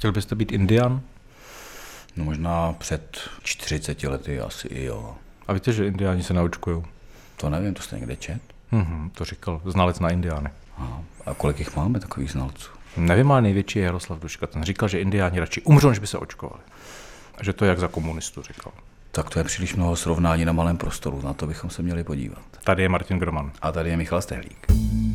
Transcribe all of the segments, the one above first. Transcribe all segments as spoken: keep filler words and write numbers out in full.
Chtěl byste být Indián? No možná před čtyřiceti lety asi i jo. A víte, že Indiáni se neočkujou? To nevím, to jste někde čet? Mhm, to říkal znalec na Indiány. Aha. A kolik jich máme takových znalců? Nevím, ale největší je Jaroslav Duška. Ten říkal, že Indiáni radši umřou, než by se očkovali. A že to je jak za komunistů, říkal. Tak to je příliš mnoho srovnání na malém prostoru, na to bychom se měli podívat. Tady je Martin Groman. A tady je Michal Stehlík.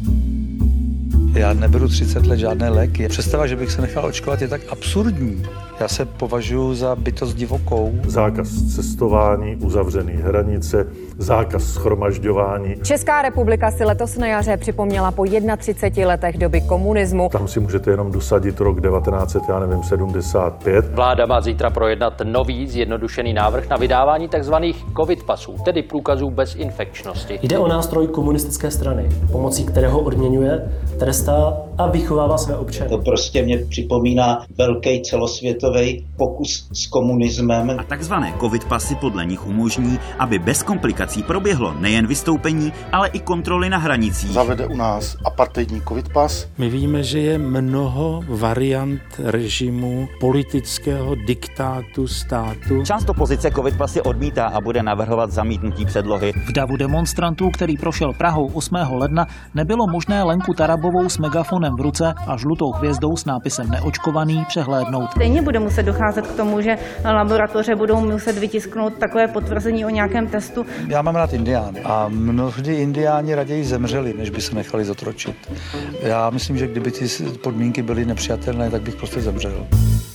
Já neberu třicet let žádné léky. Představa, že bych se nechal očkovat, je tak absurdní. Já se považuji za bytost divokou. Zákaz cestování, uzavřené hranice, zákaz shromažďování. Česká republika si letos na jaře připomněla po třiceti jednoho letech doby komunismu. Tam si můžete jenom dosadit rok devatenáct set, já nevím, sedmdesát pět. Vláda má zítra projednat nový zjednodušený návrh na vydávání tzv. covid pasů, tedy průkazů bez infekčnosti. Jde o nástroj komunistické strany, pomocí kterého odměňuje, trestá a vychovává své občany. To prostě mě připomíná velký celosvětový pokus s komunismem. A takzvané covid pasy podle nich umožní, aby bez komplikací proběhlo nejen vystoupení, ale i kontroly na hranicích. Zavede u nás apartheidní covid pas. My víme, že je mnoho variant režimu politického diktátu státu. Část opozice covid pasy odmítá a bude navrhovat zamítnutí předlohy. V davu demonstrantů, který prošel Prahou osmého ledna, nebylo možné Lenku Tarabovou s megafonem v ruce a žlutou hvězdou s nápisem neočkovaný přehlédnout. Stejně bude muset docházet k tomu, že laboratoře budou muset vytisknout takové potvrzení o nějakém testu. Já mám rád Indiány a mnohdy Indiáni raději zemřeli, než by se nechali zotročit. Já myslím, že kdyby ty podmínky byly nepřijatelné, tak bych prostě zemřel.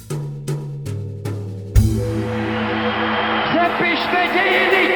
Zapište dějiny!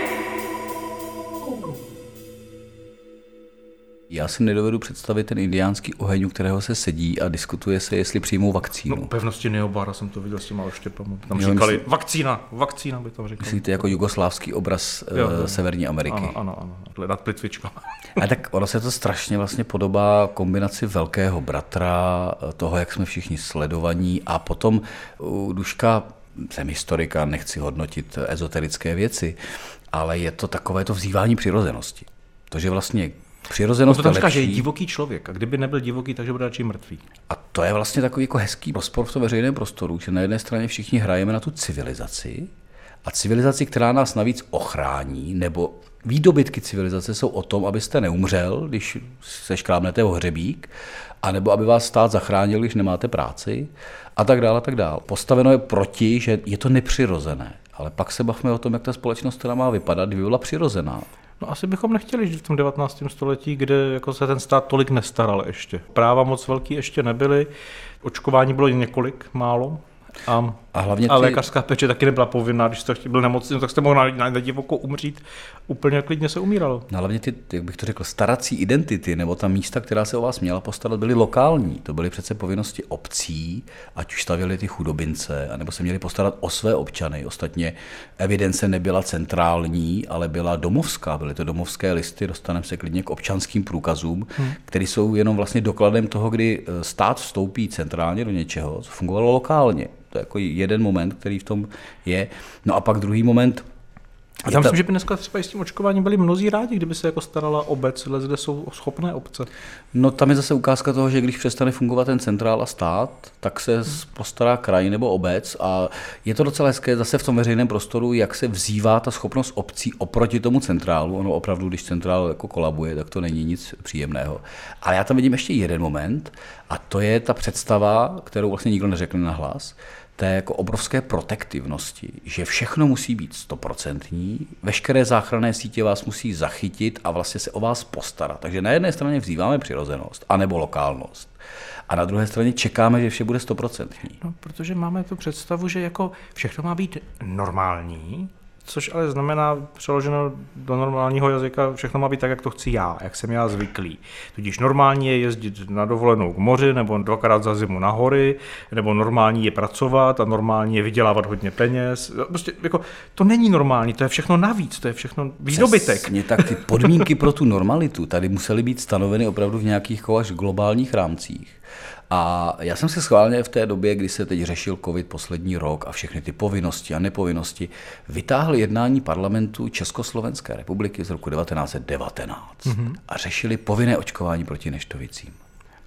Já si nedovedu představit ten indiánský oheň, u kterého se sedí a diskutuje se, jestli přijmou vakcínu. No, u pevnosti Neobára jsem to viděl s těma oštěpama. Tam jo, říkali, myslí, vakcína, vakcína by tam říkali. Myslíte jako jugoslávský obraz jo, uh, Severní Ameriky? Ano, ano, ano. Hledat plitvička. A tak ono se to strašně vlastně podobá kombinaci velkého bratra, toho, jak jsme všichni sledovaní, a potom u Duška, jsem historika, nechci hodnotit ezoterické věci, ale je to takové to vzývání přirozenosti. To, že vlastně přirozenost no to tam říká, že je divoký člověk a kdyby nebyl divoký, takže bude radši mrtvý. A to je vlastně takový jako hezký rozpor v tom veřejném prostoru, že na jedné straně všichni hrajeme na tu civilizaci a civilizaci, která nás navíc ochrání, nebo výdobytky civilizace jsou o tom, abyste neumřel, když se škrábnete o hřebík, anebo aby vás stát zachránil, když nemáte práci a tak dále a tak dále. Postaveno je proti, že je to nepřirozené, ale pak se bavme o tom, jak ta společnost teda má vypadat, kdyby byla přirozená. No asi bychom nechtěli žít v tom devatenáctém století, kde jako se ten stát tolik nestaral ještě. Práva moc velký ještě nebyly, očkování bylo několik, málo. A, a, hlavně ty... a lékařská péče taky nebyla povinná, když jste byl nemocný, tak jste mohl na, na, na divoko umřít, úplně klidně se umíralo. No, hlavně ty, jak bych to řekl, starací identity, nebo ta místa, která se o vás měla postarat, byly lokální. To byly přece povinnosti obcí, ať už stavěli ty chudobince, anebo se měli postarat o své občany. Ostatně evidence nebyla centrální, ale byla domovská, byly to domovské listy, dostaneme se klidně k občanským průkazům, hmm. které jsou jenom vlastně dokladem toho, kdy stát vstoupí centrálně do něčeho, co fungovalo lokálně. To je jako jeden moment, který v tom je. No a pak druhý moment. A já myslím, ta... že by dneska třeba i s tím očkováním byli mnozí rádi, kdyby se jako starala obec, kde jsou schopné obce. No tam je zase ukázka toho, že když přestane fungovat ten centrál a stát, tak se postará kraj nebo obec a je to docela hezké zase v tom veřejném prostoru, jak se vzývá ta schopnost obcí oproti tomu centrálu. Ono opravdu, když centrál jako kolabuje, tak to není nic příjemného. Ale já tam vidím ještě jeden moment a to je ta představa, kterou vlastně nikdo neřekne nahlas, té jako obrovské protektivnosti, že všechno musí být stoprocentní, veškeré záchranné sítě vás musí zachytit a vlastně se o vás postarat. Takže na jedné straně vzýváme přirozenost, anebo lokálnost. A na druhé straně čekáme, že vše bude stoprocentní. No, protože máme tu představu, že jako všechno má být normální, což ale znamená, přeloženo do normálního jazyka, všechno má být tak, jak to chci já, jak jsem já zvyklý. Tudíž normální je jezdit na dovolenou k moři, nebo dvakrát za zimu na hory, nebo normální je pracovat a normální je vydělávat hodně peněz. Prostě jako, to není normální, to je všechno navíc, to je všechno výdobytek. Přesně tak, ty podmínky pro tu normalitu tady musely být stanoveny opravdu v nějakých až globálních rámcích. A já jsem si schválně v té době, kdy se teď řešil covid poslední rok a všechny ty povinnosti a nepovinnosti, vytáhl jednání parlamentu Československé republiky z roku devatenáct set devatenáct mm-hmm. a řešili povinné očkování proti neštovicím.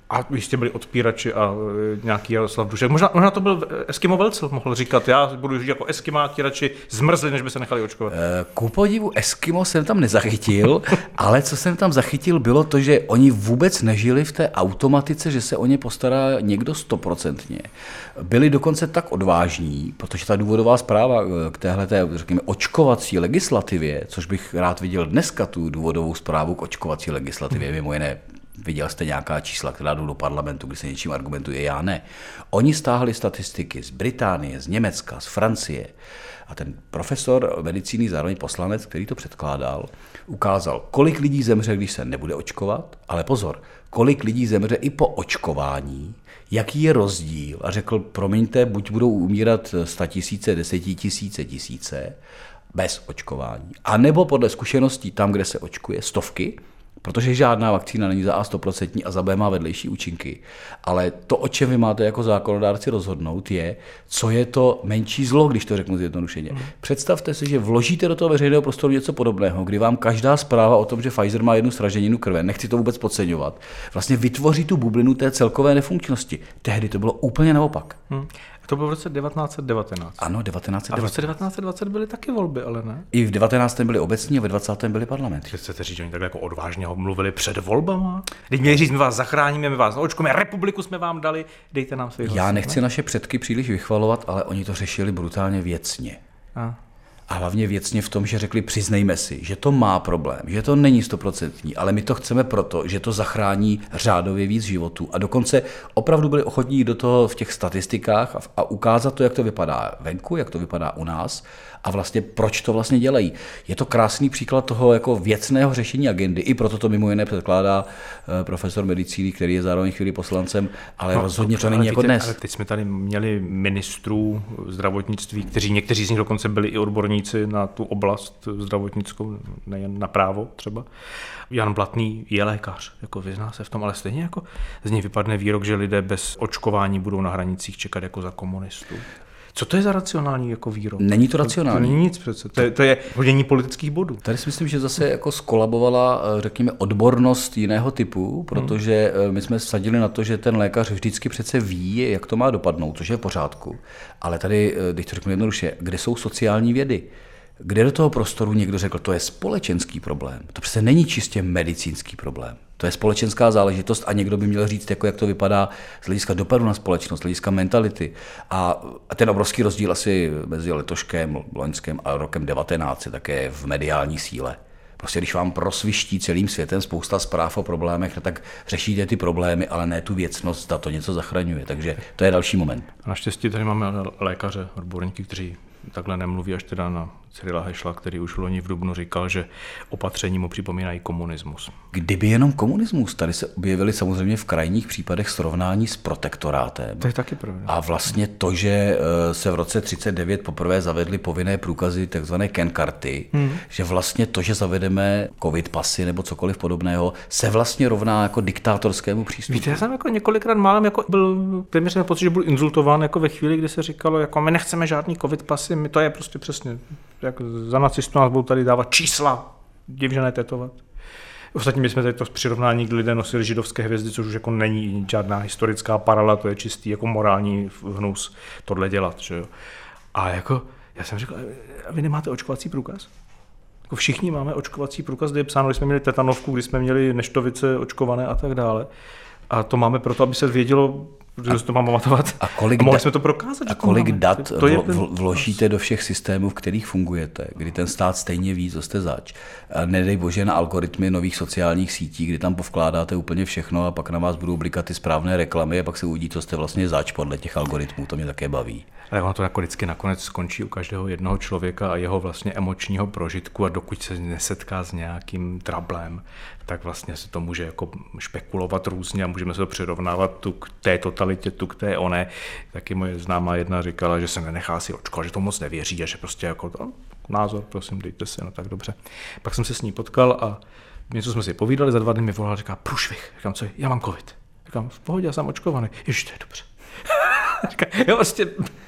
A jistě byli odpírači a nějaký Jaroslav Dušek. Možná, možná to byl Eskimo Velcel, mohl říkat, já budu žít jako Eskimáti, radši zmrzli, než by se nechali očkovat. Ku podivu Eskimo jsem tam nezachytil, ale co jsem tam zachytil, bylo to, že oni vůbec nežili v té automatice, že se o ně postará někdo stoprocentně. Byli dokonce tak odvážní, protože ta důvodová zpráva k téhleté, řekněme, očkovací legislativě, což bych rád viděl dneska tu důvodovou zprávu k očkovací legislativě, mimo jiné. Viděl jste nějaká čísla, která jdou do parlamentu, kdy se něčím argumentuje, já ne. Oni stáhli statistiky z Británie, z Německa, z Francie a ten profesor medicíny, zároveň poslanec, který to předkládal, ukázal, kolik lidí zemře, když se nebude očkovat, ale pozor, kolik lidí zemře i po očkování, jaký je rozdíl a řekl, promiňte, buď budou umírat statisíce, desetitisíce, tisíce bez očkování, anebo podle zkušeností tam, kde se očkuje, stovky, protože žádná vakcína není za A sto procent a za B má vedlejší účinky. Ale to, o čem vy máte jako zákonodárci rozhodnout, je, co je to menší zlo, když to řeknu zjednodušeně. Mm. Představte si, že vložíte do toho veřejného prostoru něco podobného, kdy vám každá zpráva o tom, že Pfizer má jednu sraženinu krve, nechci to vůbec podceňovat, vlastně vytvoří tu bublinu té celkové nefunkčnosti. Tehdy to bylo úplně naopak. Mm. To bylo v roce devatenáct set devatenáct. Ano, devatenáct set devatenáct. A v roce devatenáct set dvacet byly taky volby, ale ne? I v devatenáctém byly obecní a ve dvacátém byly parlamenty. Chcete říct, že oni takhle jako odvážně mluvili před volbama? Teď měli říct, my vás zachráníme, my vás očkujeme, republiku jsme vám dali, dejte nám svých hlasů. Já nechci naše předky příliš vychvalovat, ale oni to řešili brutálně věcně. A. A hlavně věcně v tom, že řekli, přiznejme si, že to má problém, že to není stoprocentní, ale my to chceme proto, že to zachrání řádově víc životů. A dokonce opravdu byli ochotní jít do toho v těch statistikách a, a ukázat to, jak to vypadá venku, jak to vypadá u nás a vlastně proč to vlastně dělají. Je to krásný příklad toho jako věcného řešení agendy, i proto to mimo jiné předkládá profesor medicíny, který je zároveň chvíli poslancem, ale no, rozhodně to není jako dnes. Ale teď jsme tady měli ministrů zdravotnictví, kteří někteří z nich dokonce byli i odborníci na tu oblast zdravotnickou, nejen na právo třeba. Jan Blatný je lékař, jako vyzná se v tom, ale stejně jako z něj vypadne výrok, že lidé bez očkování budou na hranicích čekat jako za komunistů. Co to je za racionální jako výrok? Není to racionální. To není nic přece. To je, to je hodění politických bodů. Tady si myslím, že zase jako skolabovala, řekněme, odbornost jiného typu, protože hmm. my jsme vsadili na to, že ten lékař vždycky přece ví, jak to má dopadnout, což je v pořádku. Ale tady, když to řeknu jednoduše, kde jsou sociální vědy? Kde do toho prostoru někdo řekl, to je společenský problém. To přece není čistě medicínský problém. To je společenská záležitost a někdo by měl říct, jako jak to vypadá z hlediska dopadu na společnost, z hlediska mentality. A ten obrovský rozdíl asi mezi letoškem, loňském a rokem devatenáct je také v mediální síle. Prostě když vám prosviští celým světem spousta zpráv o problémech, tak řešíte ty problémy, ale ne tu věcnost, zda to něco zachraňuje. Takže to je další moment. A naštěstí tady máme lékaře, odborníky, kteří takhle nemluví až teda na Cyrila Hešla, který už v loni v dubnu říkal, že opatření mu připomínají komunismus. Kdyby jenom komunismus, tady se objevily samozřejmě v krajních případech srovnání s protektorátem. To je taky pravda. A vlastně to, že se v roce třicet devět poprvé zavedly povinné průkazy, takzvané Ken karty, hmm. že vlastně to, že zavedeme covid pasy nebo cokoliv podobného, se vlastně rovná jako diktátorskému přístupu. Víte, já jsem jako několikrát málem jako byl, téměř měl pocit, že byl insultován jako ve chvíli, kdy se říkalo, jako my nechceme žádný covid pasy, my to je prostě přesně, jak za nacistů nás budou tady dávat čísla, divžené tetovat. Ostatně my jsme tady to přirovnání, kdy lidé nosili židovské hvězdy, což už jako není žádná historická paralela, to je čistý jako morální hnus tohle dělat. Že jo? A jako, já jsem řekl, a vy nemáte očkovací průkaz? Jako všichni máme očkovací průkaz, kde je psáno, když jsme měli tetanovku, když jsme měli neštovice očkované a tak dále. A to máme proto, aby se vědělo, že se to mám pamatovat. A, kolik a mohli da- jsme to prokázat. A kolik dat to vlo- vl- vložíte do všech systémů, v kterých fungujete, kdy ten stát stejně ví, co jste zač. A nedej bože na algoritmy nových sociálních sítí, kdy tam povkládáte úplně všechno a pak na vás budou blikat ty správné reklamy a pak se uvidí, co jste vlastně zač podle těch algoritmů. To mě také baví. Ale ono to jako vždycky nakonec skončí u každého jednoho člověka a jeho vlastně emočního prožitku a dokud se nesetká s nějakým trablem, tak vlastně se to může jako špekulovat různě a můžeme se to přirovnávat tu k té totalitě, tu k té oné. Taky moje známá jedna říkala, že se nenechá si očkovat, že to moc nevěří a že prostě jako to, názor, prosím, dejte si, no tak dobře. Pak jsem se s ní potkal a něco jsme si povídali, za dva dny mi volala, říká, průšvih. Říkám, co je? Já mám covid. Říkám, v pohodě, já jsem očkovaný. Ježiš, to je dobře. Říká, jo, vlastně...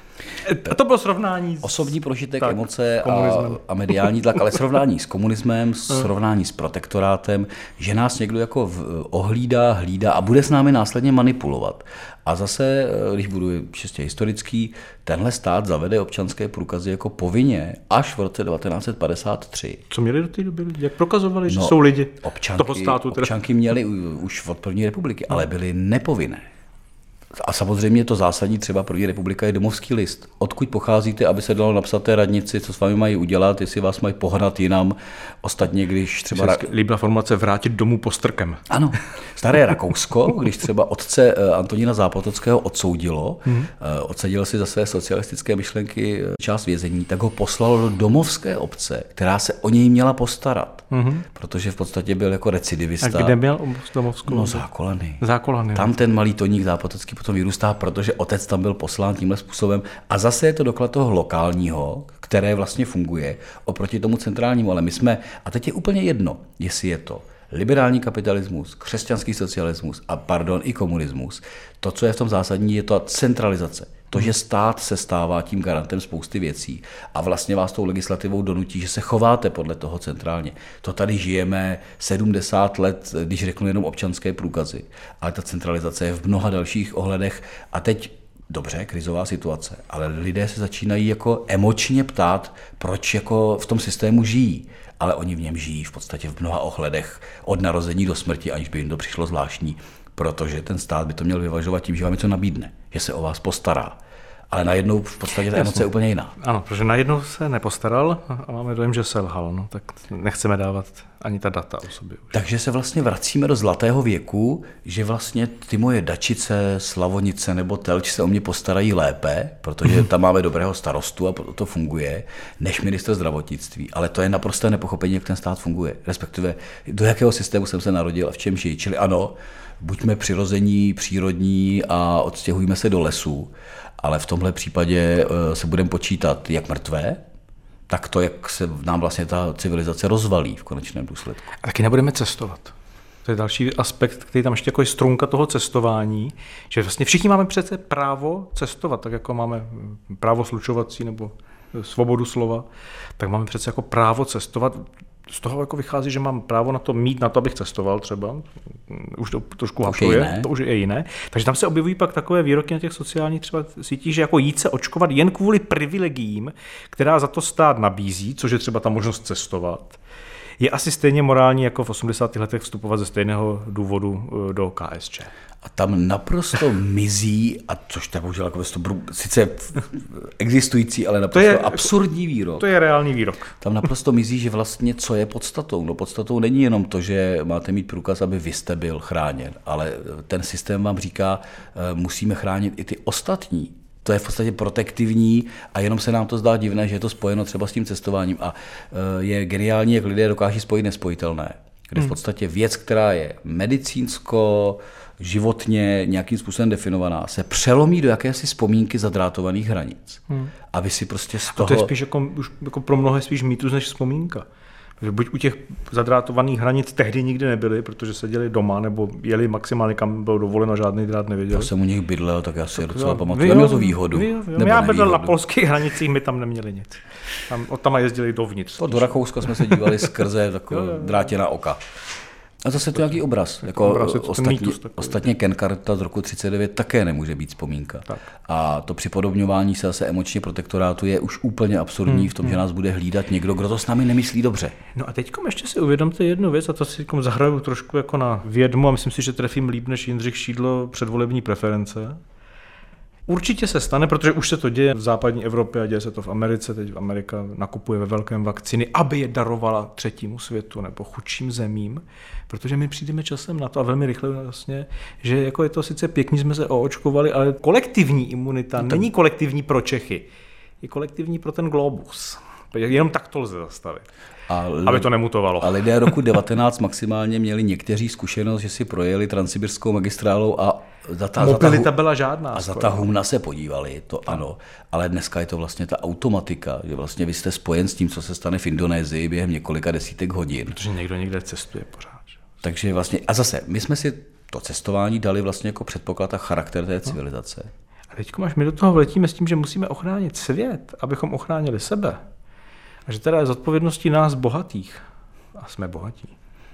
A to bylo srovnání. S... Osobní prožitek, tak, emoce a, a mediální tlak, ale srovnání s komunismem, srovnání s protektorátem, že nás někdo jako v, ohlídá, hlídá a bude s námi následně manipulovat. A zase, když budu čistě historický, tenhle stát zavede občanské průkazy jako povinně až v roce devatenáct set padesát tři. Co měli do té doby lidi? Jak prokazovali, že no, jsou lidi občanky, toho státu? Teda. Občanky měly už od první republiky, ale byly nepovinné. A samozřejmě to zásadní třeba první republika je domovský list. Odkud pocházíte, aby se dalo napsat té radnici, co s vámi mají udělat, jestli vás mají pohnat jinam. Ostatně, když třeba... Ra... Líbila formulace vrátit domů postrkem. Ano. Staré Rakousko, když třeba otce Antonína Zápotockého odsoudilo, hmm. odseděl si za své socialistické myšlenky část vězení, tak ho poslalo do domovské obce, která se o něj měla postarat. Hmm. Protože v podstatě byl jako recidivista. A kde měl domovskou? No Zákolany. Zákolany. Tam ten malý Toník Zápotocký potom vyrůstá, protože otec tam byl poslán tímhle způsobem. A zase je to doklad toho lokálního, které vlastně funguje oproti tomu centrálnímu. Ale my jsme, a teď je úplně jedno, jestli je to liberální kapitalismus, křesťanský socialismus a pardon, i komunismus. To, co je v tom zásadní, je to centralizace. To, že stát se stává tím garantem spousty věcí a vlastně vás tou legislativou donutí, že se chováte podle toho centrálně. To tady žijeme sedmdesát let, když řeknu jenom občanské průkazy, ale ta centralizace je v mnoha dalších ohledech a teď dobře, krizová situace, ale lidé se začínají jako emočně ptát, proč jako v tom systému žijí, ale oni v něm žijí v podstatě v mnoha ohledech od narození do smrti, aniž by jim to přišlo zvláštní, protože ten stát by to měl vyvažovat tím, že vám něco nabídne, že se o vás postará. Ale najednou v podstatě ta emoce je úplně jiná. Ano, protože najednou se nepostaral a máme dojem, že selhal. No, tak nechceme dávat ani ta data o sobě. Už. Takže se vlastně vracíme do zlatého věku, že vlastně ty moje Dačice, Slavonice nebo Telč se o mě postarají lépe, protože tam máme dobrého starostu a to funguje, než ministr zdravotnictví. Ale to je naprosté nepochopení, jak ten stát funguje. Respektive do jakého systému jsem se narodil a v čem žijí. Čili ano, buďme přirození, přírodní a odstěhujme se do lesů. Ale v tomhle případě se budeme počítat jak mrtvé, tak to, jak se nám vlastně ta civilizace rozvalí v konečném důsledku. A taky nebudeme cestovat. To je další aspekt, který tam ještě jako je strunka toho cestování, že vlastně všichni máme přece právo cestovat, tak jako máme právo slučovací nebo svobodu slova, tak máme přece jako právo cestovat. Z toho jako vychází, že mám právo na to mít, na to, abych cestoval třeba. Už to trošku hafuje, to už je jiné. Takže tam se objevují pak takové výroky na těch sociálních třeba sítích, že jako jít se očkovat jen kvůli privilegiím, která za to stát nabízí, což je třeba ta možnost cestovat, je asi stejně morální jako v osmdesátých letech vstupovat ze stejného důvodu do K S Č. A tam naprosto mizí, a což to je bohužel jako sice existující, ale naprosto je, absurdní výrok. To je reálný výrok. Tam naprosto mizí, že vlastně co je podstatou. No podstatou není jenom to, že máte mít průkaz, aby vy jste byl chráněn, ale ten systém vám říká, musíme chránit i ty ostatní. To je v podstatě protektivní a jenom se nám to zdá divné, že je to spojeno třeba s tím cestováním a je geniální, jak lidé dokáží spojit nespojitelné. Kde v podstatě věc, která je medicínsko, životně nějakým způsobem definovaná, se přelomí do jakési vzpomínky zadrátovaných hranic. Hmm. A vy si prostě z toho... A to je spíš jako, už jako pro mnohé spíš mýtus než vzpomínka. Buď u těch zadrátovaných hranic tehdy nikdy nebyly, protože seděli doma nebo jeli maximálně kam bylo dovoleno, žádný drát nevěděli. To jsem u nich bydlel, tak já si tak docela pamatuju. Neměl to výhodu. Vy, vy, já bydlel na polských hranicích, my tam neměli nic. Tam, od tam jezdili dovnitř. Do Rakouska jsme se dívali skrze takové drátěná oka. A zase to nějaký obraz. Jako obraz ostatně, mýtus, ostatně Ken Karta z roku třicet devět také nemůže být vzpomínka. Tak. A to připodobňování se zase emočně protektorátu je už úplně absurdní hmm, v tom, hmm. že nás bude hlídat někdo, kdo to s námi nemyslí dobře. No a teďkom ještě si uvědomte jednu věc, a to si zahraju trošku jako na vědmu a myslím si, že trefím líp než Jindřich Šídlo předvolební preference. Určitě se stane, protože už se to děje v západní Evropě a děje se to v Americe. Teď Amerika nakupuje ve velkém vakcíny, aby je darovala třetímu světu nebo chudším zemím, protože my přijdeme časem na to a velmi rychle vlastně, že jako je to sice pěkně, jsme se oočkovali, ale kolektivní imunita to... není kolektivní pro Čechy, je kolektivní pro ten globus. Jenom tak to lze zastavit. A li... aby to nemutovalo. A lidé roku devatenáct maximálně měli někteří zkušenost, že si projeli transsibirskou magistrálou a za ta, mobilita za ta, byla žádná. A za ta humna se podívali, to ano. Ale dneska je to vlastně ta automatika, že vlastně vy jste spojen s tím, co se stane v Indonésii během několika desítek hodin. Protože někdo někde cestuje pořád. Takže vlastně, a zase, my jsme si to cestování dali vlastně jako předpoklad a charakter té civilizace. A teď až my do toho vletíme s tím, že musíme ochránit svět, abychom ochránili sebe. A že teda je zodpovědností nás bohatých, a jsme bohatí,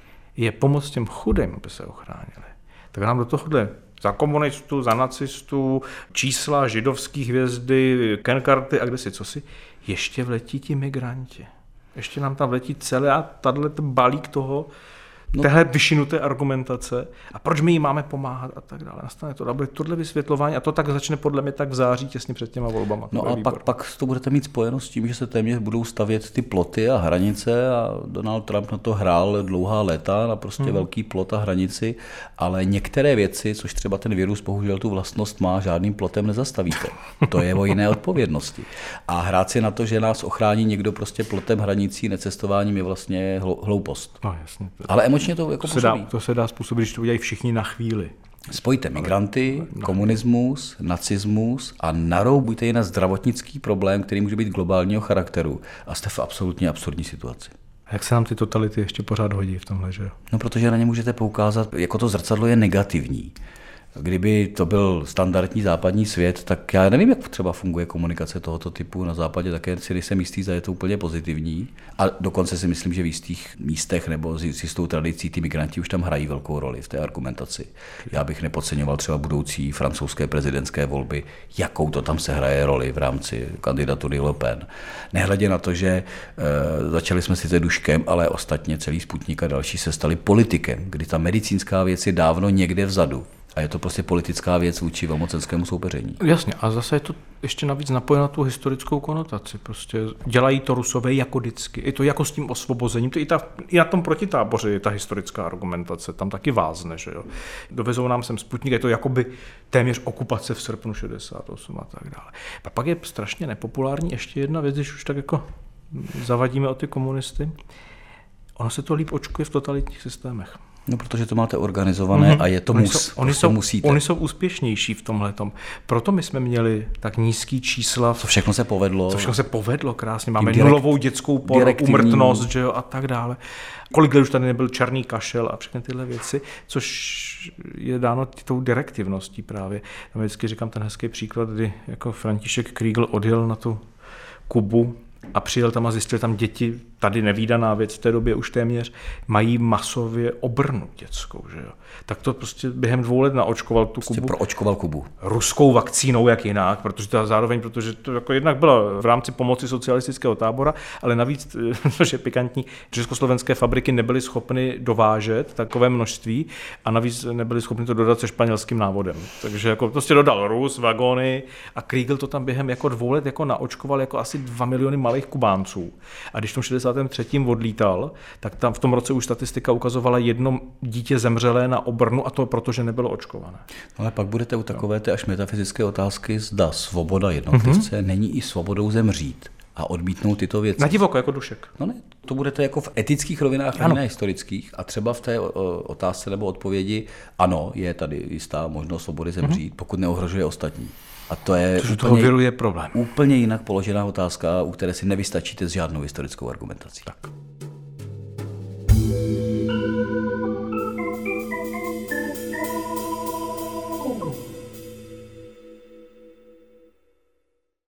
je pomoct těm chudým, aby se ochránili. Tak nám do tohohle za komunistů, za nacistů, čísla, židovský hvězdy, kenkarty a kde si cosi, ještě vletí ti migranti. Ještě nám tam vletí celý a tato balík toho, no. Téhle vyšinuté argumentace a proč my jí máme pomáhat a tak dále. Nastane to, bude tohle vysvětlování a to tak začne podle mě tak v září těsně před těma volbama. No a pak, pak to budete mít spojeno s tím, že se téměř budou stavět ty ploty a hranice a Donald Trump na to hrál dlouhá léta, na prostě hmm. velký plot a hranici, ale některé věci, což třeba ten virus bohužel tu vlastnost má, žádným plotem nezastavíte. To je o jiné odpovědnosti. A hrát si na to, že nás ochrání někdo prostě plotem, hranicí, necestováním je vlastně hloupost. No, jasně. Ale emočně to jako to se, dá, to se dá způsobit, když to udělají všichni na chvíli. Spojte migranty, komunismus, nacismus a naroubujte je na zdravotnický problém, který může být globálního charakteru a jste v absolutně absurdní situaci. A jak se nám ty totality ještě pořád hodí v tomhle, že jo? No, protože na ně můžete poukázat, jako to zrcadlo je negativní. Kdyby to byl standardní západní svět, tak já nevím, jak třeba funguje komunikace tohoto typu na západě, také si nejsem jistý, že je to úplně pozitivní. A dokonce si myslím, že v jistých místech nebo s jistou tradicí ty migranti už tam hrají velkou roli v té argumentaci. Já bych nepodceňoval třeba budoucí francouzské prezidentské volby, jakou to tam se hraje roli v rámci kandidatury Le Pen. Nehledě na to, že e, začali jsme sice duškem, ale ostatně celý Sputnik a další se stali politikem, kdy ta medicínská věc je dávno někde vzadu. A je to prostě politická věc vůči velmocenskému soupeření. Jasně, a zase je to ještě navíc napojeno na tu historickou konotaci. Prostě dělají to Rusové jako vždycky. Je to jako s tím osvobozením. To i, ta, i na tom protitáboře je ta historická argumentace. Tam taky vázne, že jo. Dovezou nám sem Sputnik, je to jakoby téměř okupace v srpnu šedesát osm a tak dále. A pak je strašně nepopulární ještě jedna věc, když už tak jako zavadíme o ty komunisty. Ono se to líp očkuje v totalitních systémech. No, protože to máte organizované mm-hmm. a je to oni mus. Jsou, oni, prostě jsou, musíte. oni jsou úspěšnější v tomhletom. Proto my jsme měli tak nízký čísla. Co všechno se povedlo. Co všechno se povedlo krásně. Máme direkt, nulovou dětskou úmrtnost, že jo, a tak dále. Kolik let už tady nebyl černý kašel a všechny tyhle věci, což je dáno tou direktivností právě. Já vždycky říkám ten hezký příklad, kdy jako František Kriegel odjel na tu Kubu a přijel tam a zjistil tam děti, tady nevídaná věc v té době už téměř, mají masově obrnu dětskou, že jo. Tak to prostě během dvou let naočkoval tu prostě Kubu. Proočkoval Kubu. Ruskou vakcínou, jak jinak, protože to zároveň, protože to jako jednak bylo v rámci pomoci socialistického tábora, ale navíc, což je pikantní, československé fabriky nebyly schopny dovážet takové množství a navíc nebyly schopny to dodat se španělským návodem. Takže jako prostě dodal Rus, vagony a Kriegel to tam během jako dvou let jako naočkoval jako asi dva miliony malých Kubánců. A když v tom šedesátém třetím odlítal, tak tam v tom roce už statistika ukazovala jedno dítě zemřelé na obrnu a to protože nebylo očkované. Ale pak budete u takové té až metafyzické otázky, zda svoboda jednotlivce mm-hmm. není i svobodou zemřít a odmítnout tyto věci. Na divoko jako Dušek. No ne, to budete jako v etických rovinách, a ne historických a třeba v té otázce nebo odpovědi ano, je tady jistá možnost svobody zemřít, mm-hmm. pokud neohrožuje ostatní. A to je úplně, viru je problém. úplně jinak položená otázka, u které si nevystačíte s žádnou historickou argumentací. Tak.